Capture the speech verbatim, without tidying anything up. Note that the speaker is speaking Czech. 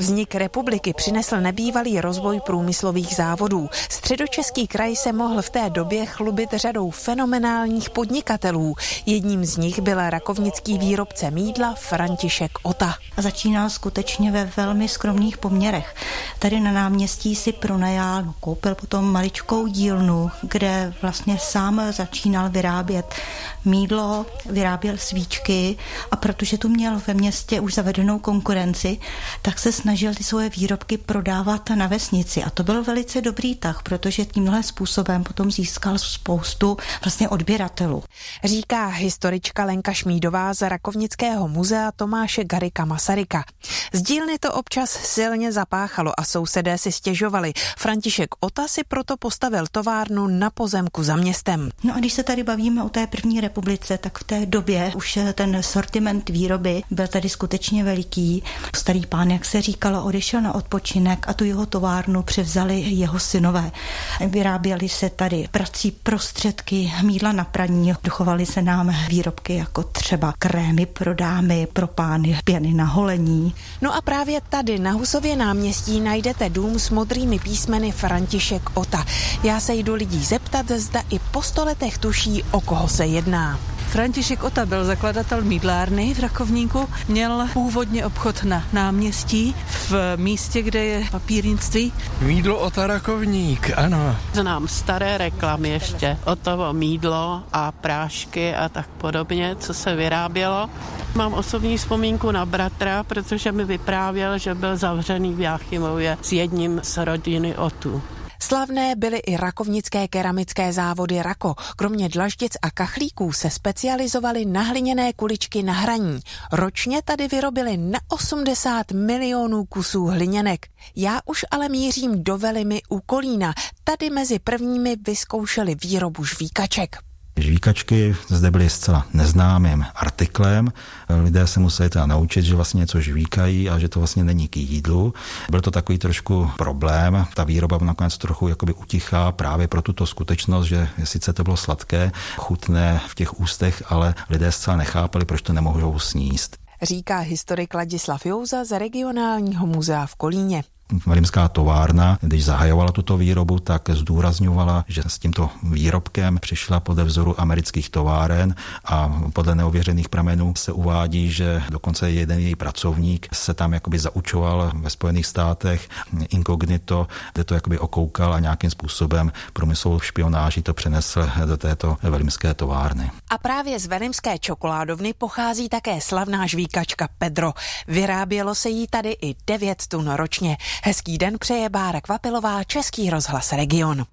Vznik republiky přinesl nebývalý rozvoj průmyslových závodů. Středočeský kraj se mohl v té době chlubit řadou fenomenálních podnikatelů. Jedním z nich byl rakovnický výrobce mýdla František Ota. A začínal skutečně ve velmi skromných poměrech. Tady na náměstí si pronajal, no, koupil potom maličkou dílnu, kde vlastně sám začínal vyrábět mýdlo, vyráběl svíčky a protože tu měl ve městě už zavedenou konkurenci, tak se snažil ty svoje výrobky prodávat na vesnici a to byl velice dobrý tah, protože tímhle způsobem potom získal spoustu vlastně odběratelů. Říká historička Lenka Šmídová z Rakovnického muzea Tomáše Garrigua Masaryka. Z dílny to občas silně zapáchalo a sousedé si stěžovali. František Ota si proto postavil továrnu na pozemku za městem. No a když se tady bavíme o té první republice, tak v té době už ten sortiment výroby byl tady skutečně veliký. Starý pán, jak se říkalo, odešel na odpočinek a tu jeho továrnu převzali jeho synové. Vyráběly se tady prací prostředky, mýdla na praní, dochovaly se nám výrobky jako třeba krémy pro dámy, pro pány, pěny na holení. No a právě tady na Husově náměstí najdete dům s modrými písmeny František Ota. Já se jdu lidí zeptat, zda i po sto letech tuší, o koho se jedná. František Ota byl zakladatel mýdlárny v Rakovníku, měl původně obchod na náměstí v místě, kde je papírnictví. Mýdlo Ota Rakovník, ano. Znám staré reklamy ještě, Otovo mýdlo a prášky a tak podobně, co se vyrábělo. Mám osobní vzpomínku na bratra, protože mi vyprávěl, že byl zavřený v Jáchymově s jedním z rodiny Otů. Slavné byly i rakovnické keramické závody Rako. Kromě dlaždic a kachlíků se specializovali na hliněné kuličky na hraní. Ročně tady vyrobili na osmdesát milionů kusů hliněnek. Já už ale mířím do Velimy u Kolína. Tady mezi prvními vyzkoušeli výrobu žvíkaček. Žvíkačky zde byly zcela neznámým artiklem. Lidé se museli teda naučit, že vlastně něco žvíkají a že to vlastně není k jídlu. Byl to takový trošku problém. Ta výroba nakonec trochu jakoby utichá právě pro tuto skutečnost, že sice to bylo sladké, chutné v těch ústech, ale lidé zcela nechápali, proč to nemohou sníst. Říká historik Ladislav Jouza z regionálního muzea v Kolíně. Velimská továrna, když zahajovala tuto výrobu, tak zdůrazňovala, že s tímto výrobkem přišla podle vzoru amerických továren a podle neověřených pramenů se uvádí, že dokonce jeden její pracovník se tam jakoby zaučoval ve Spojených státech inkognito, kde to jakoby okoukal a nějakým způsobem průmyslovou špionáží to přenesl do této velimské továrny. A právě z velimské čokoládovny pochází také slavná žvíkačka Pedro. Vyrábělo se jí tady i devět tun ročně. Hezký den přeje Bára Kvapilová, Český rozhlas Region.